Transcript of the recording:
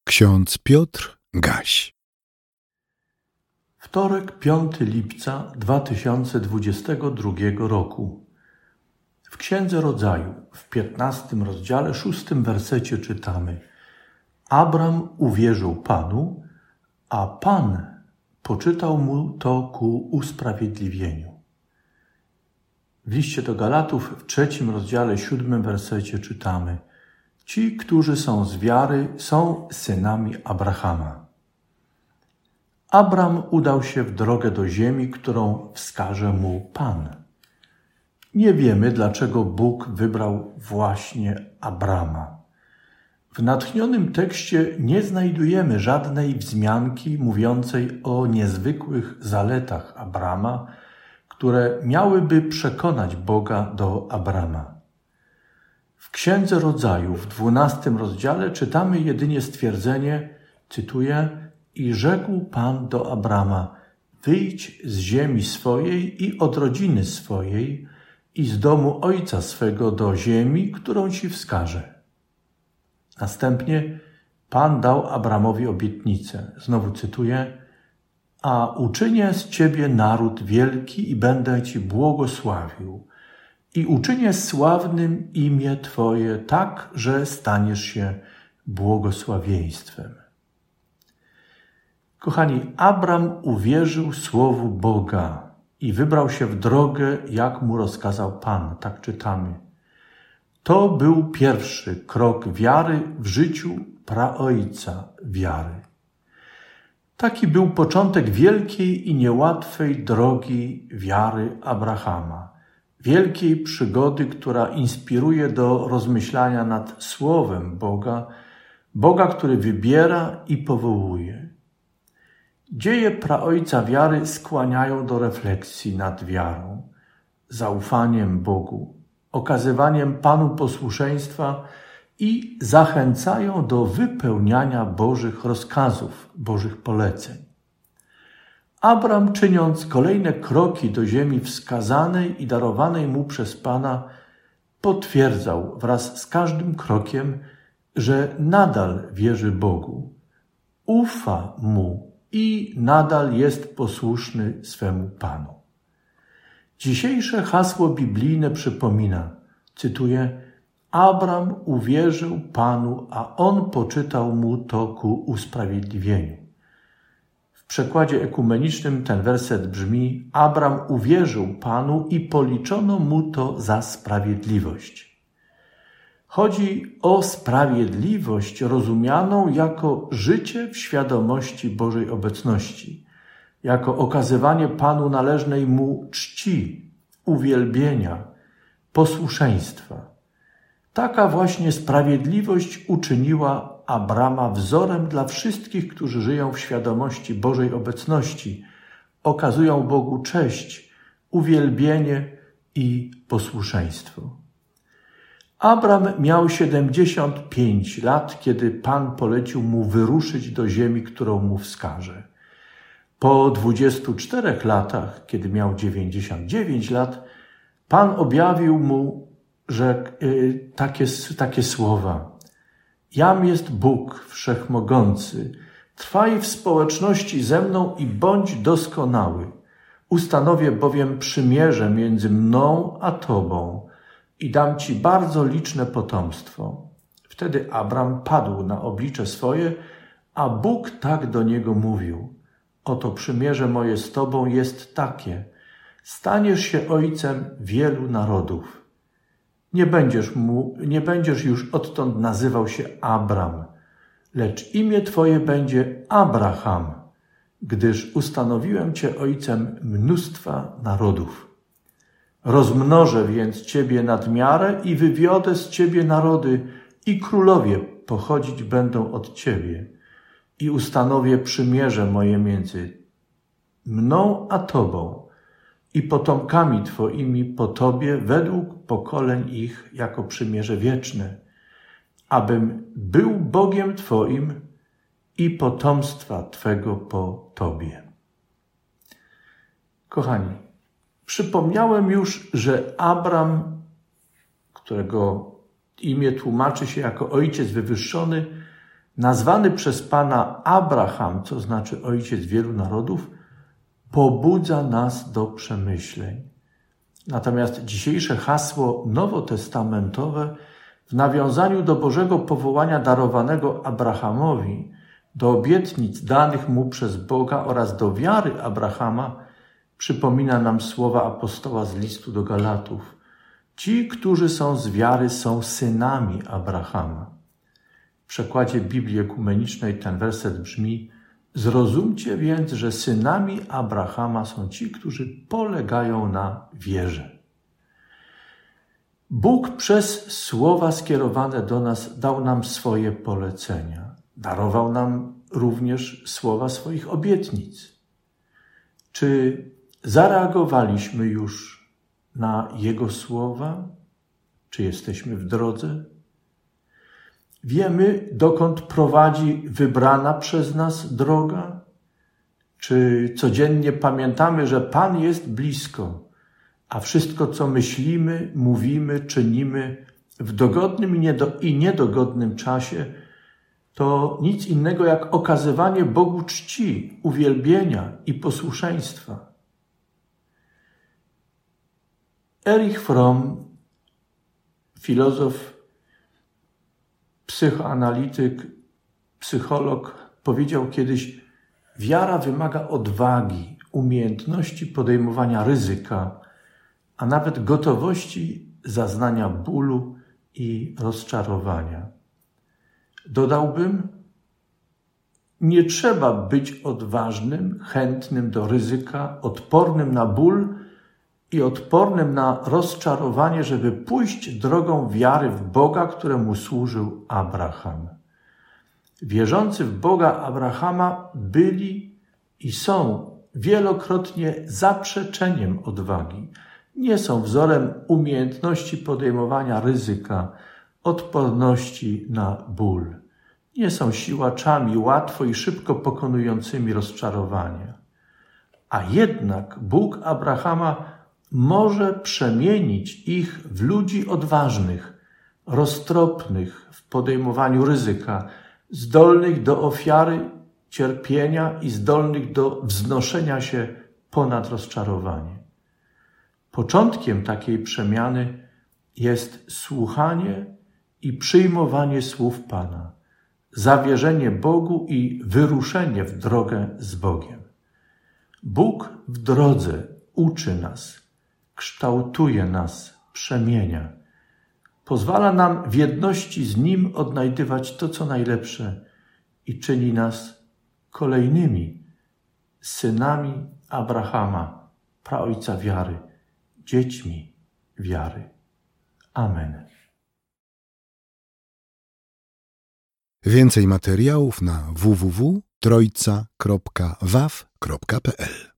Ksiądz Piotr Gaś. Wtorek, 5 lipca 2022 roku. W Księdze Rodzaju, w 15 rozdziale, 6 wersecie czytamy: Abram uwierzył Panu, a Pan poczytał mu to ku usprawiedliwieniu. W liście do Galatów, w 3 rozdziale, 7 wersecie czytamy: Ci, którzy są z wiary, są synami Abrahama. Abram udał się w drogę do ziemi, którą wskaże mu Pan. Nie wiemy, dlaczego Bóg wybrał właśnie Abrama. W natchnionym tekście nie znajdujemy żadnej wzmianki mówiącej o niezwykłych zaletach Abrama, które miałyby przekonać Boga do Abrama. W Księdze Rodzaju, w 12 rozdziale, czytamy jedynie stwierdzenie, cytuję: I rzekł Pan do Abrama: wyjdź z ziemi swojej i od rodziny swojej i z domu ojca swego do ziemi, którą ci wskażę. Następnie Pan dał Abramowi obietnicę, znowu cytuję: a uczynię z ciebie naród wielki i będę ci błogosławił. I uczynię sławnym imię Twoje tak, że staniesz się błogosławieństwem. Kochani, Abram uwierzył słowu Boga i wybrał się w drogę, jak mu rozkazał Pan. Tak czytamy. To był pierwszy krok wiary w życiu praojca wiary. Taki był początek wielkiej i niełatwej drogi wiary Abrahama. Wielkiej przygody, która inspiruje do rozmyślania nad Słowem Boga, Boga, który wybiera i powołuje. Dzieje praojca wiary skłaniają do refleksji nad wiarą, zaufaniem Bogu, okazywaniem Panu posłuszeństwa i zachęcają do wypełniania Bożych rozkazów, Bożych poleceń. Abram, czyniąc kolejne kroki do ziemi wskazanej i darowanej mu przez Pana, potwierdzał wraz z każdym krokiem, że nadal wierzy Bogu, ufa Mu i nadal jest posłuszny swemu Panu. Dzisiejsze hasło biblijne przypomina, cytuję: Abram uwierzył Panu, a On poczytał mu to ku usprawiedliwieniu. W przekładzie ekumenicznym ten werset brzmi: Abram uwierzył Panu i policzono mu to za sprawiedliwość. Chodzi o sprawiedliwość rozumianą jako życie w świadomości Bożej obecności, jako okazywanie Panu należnej mu czci, uwielbienia, posłuszeństwa. Taka właśnie sprawiedliwość uczyniła Abrama wzorem dla wszystkich, którzy żyją w świadomości Bożej obecności, okazują Bogu cześć, uwielbienie i posłuszeństwo. Abram miał 75 lat, kiedy Pan polecił mu wyruszyć do ziemi, którą mu wskaże. Po 24 latach, kiedy miał 99 lat, Pan objawił mu, że takie słowa: Jam jest Bóg Wszechmogący, trwaj w społeczności ze mną i bądź doskonały. Ustanowię bowiem przymierze między mną a Tobą i dam Ci bardzo liczne potomstwo. Wtedy Abram padł na oblicze swoje, a Bóg tak do niego mówił: oto przymierze moje z Tobą jest takie, staniesz się ojcem wielu narodów. Nie będziesz już odtąd nazywał się Abram, lecz imię Twoje będzie Abraham, gdyż ustanowiłem Cię ojcem mnóstwa narodów. Rozmnożę więc Ciebie nad miarę i wywiodę z Ciebie narody i królowie pochodzić będą od Ciebie i ustanowię przymierze moje między mną a Tobą i potomkami Twoimi po Tobie według pokoleń ich jako przymierze wieczne, abym był Bogiem Twoim i potomstwa Twego po Tobie. Kochani, przypomniałem już, że Abram, którego imię tłumaczy się jako ojciec wywyższony, nazwany przez Pana Abraham, co znaczy ojciec wielu narodów, pobudza nas do przemyśleń. Natomiast dzisiejsze hasło nowotestamentowe w nawiązaniu do Bożego powołania darowanego Abrahamowi, do obietnic danych mu przez Boga oraz do wiary Abrahama przypomina nam słowa apostoła z listu do Galatów. Ci, którzy są z wiary, są synami Abrahama. W przekładzie Biblii Ekumenicznej ten werset brzmi: zrozumcie więc, że synami Abrahama są ci, którzy polegają na wierze. Bóg przez słowa skierowane do nas dał nam swoje polecenia. Darował nam również słowa swoich obietnic. Czy zareagowaliśmy już na Jego słowa? Czy jesteśmy w drodze? Wiemy, dokąd prowadzi wybrana przez nas droga? Czy codziennie pamiętamy, że Pan jest blisko, a wszystko, co myślimy, mówimy, czynimy w dogodnym i niedogodnym czasie, to nic innego jak okazywanie Bogu czci, uwielbienia i posłuszeństwa? Erich Fromm, filozof, psychoanalityk, psycholog, powiedział kiedyś: wiara wymaga odwagi, umiejętności podejmowania ryzyka, a nawet gotowości zaznania bólu i rozczarowania. Dodałbym, nie trzeba być odważnym, chętnym do ryzyka, odpornym na ból i odpornym na rozczarowanie, żeby pójść drogą wiary w Boga, któremu służył Abraham. Wierzący w Boga Abrahama byli i są wielokrotnie zaprzeczeniem odwagi. Nie są wzorem umiejętności podejmowania ryzyka, odporności na ból. Nie są siłaczami łatwo i szybko pokonującymi rozczarowania. A jednak Bóg Abrahama może przemienić ich w ludzi odważnych, roztropnych w podejmowaniu ryzyka, zdolnych do ofiary, cierpienia i zdolnych do wznoszenia się ponad rozczarowanie. Początkiem takiej przemiany jest słuchanie i przyjmowanie słów Pana, zawierzenie Bogu i wyruszenie w drogę z Bogiem. Bóg w drodze uczy nas, kształtuje nas, przemienia. Pozwala nam w jedności z Nim odnajdywać to, co najlepsze i czyni nas kolejnymi synami Abrahama, praojca wiary, dziećmi wiary. Amen. Więcej materiałów na www.trojca.waw.pl